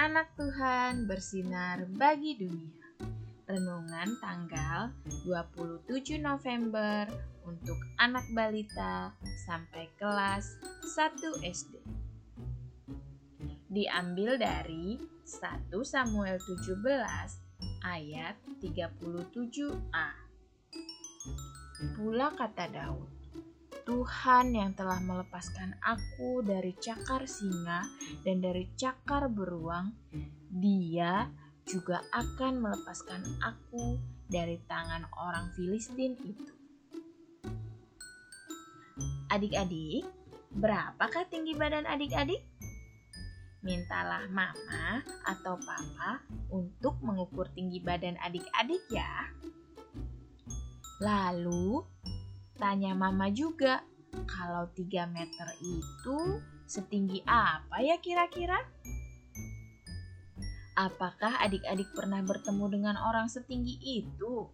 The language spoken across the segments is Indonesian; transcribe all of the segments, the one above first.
anak Tuhan bersinar bagi dunia. Renungan tanggal 27 November untuk anak balita sampai kelas 1 SD. Diambil dari 1 Samuel 17 ayat 37a. Pula kata Daud, Tuhan yang telah melepaskan aku dari cakar singa dan dari cakar beruang, Dia juga akan melepaskan aku dari tangan orang Filistin itu. Adik-adik, berapakah tinggi badan adik-adik? Mintalah mama atau papa untuk mengukur tinggi badan adik-adik ya. Lalu, tanya mama juga, kalau 3 meter itu setinggi apa ya kira-kira? Apakah adik-adik pernah bertemu dengan orang setinggi itu?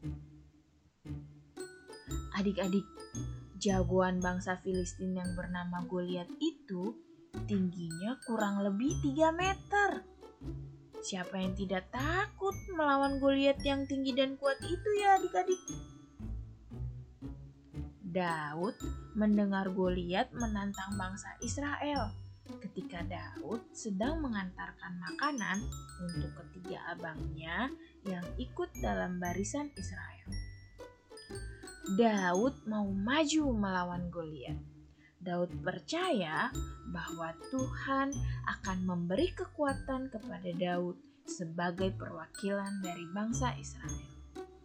Adik-adik, jagoan bangsa Filistin yang bernama Goliat itu tingginya kurang lebih 3 meter. Siapa yang tidak takut melawan Goliat yang tinggi dan kuat itu ya adik-adik? Daud mendengar Goliat menantang bangsa Israel ketika Daud sedang mengantarkan makanan untuk ketiga abangnya yang ikut dalam barisan Israel. Daud mau maju melawan Goliat. Daud percaya bahwa Tuhan akan memberi kekuatan kepada Daud sebagai perwakilan dari bangsa Israel.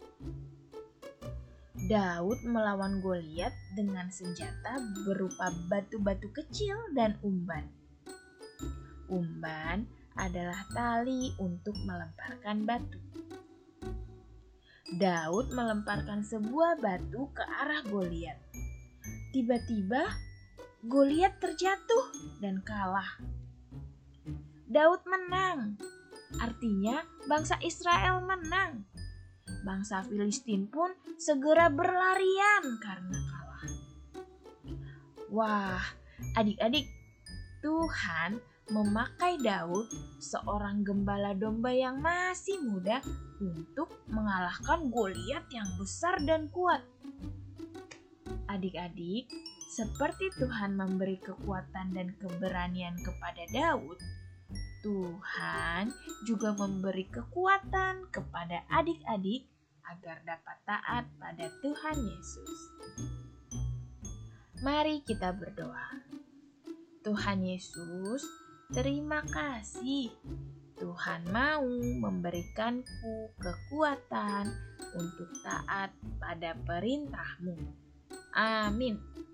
Daud melawan Goliat dengan senjata berupa batu-batu kecil dan umban. Umban adalah tali untuk melemparkan batu. Daud melemparkan sebuah batu ke arah Goliat. Tiba-tiba Goliat terjatuh dan kalah. Daud menang, artinya bangsa Israel menang. Bangsa Filistin pun segera berlarian karena kalah. Wah, adik-adik, Tuhan memakai Daud, seorang gembala domba yang masih muda, untuk mengalahkan Goliat yang besar dan kuat. Adik-adik, seperti Tuhan memberi kekuatan dan keberanian kepada Daud, Tuhan juga memberi kekuatan kepada adik-adik agar dapat taat pada Tuhan Yesus. Mari kita berdoa. Tuhan Yesus, terima kasih. Tuhan mau memberikanku kekuatan untuk taat pada perintah-Mu. Amin.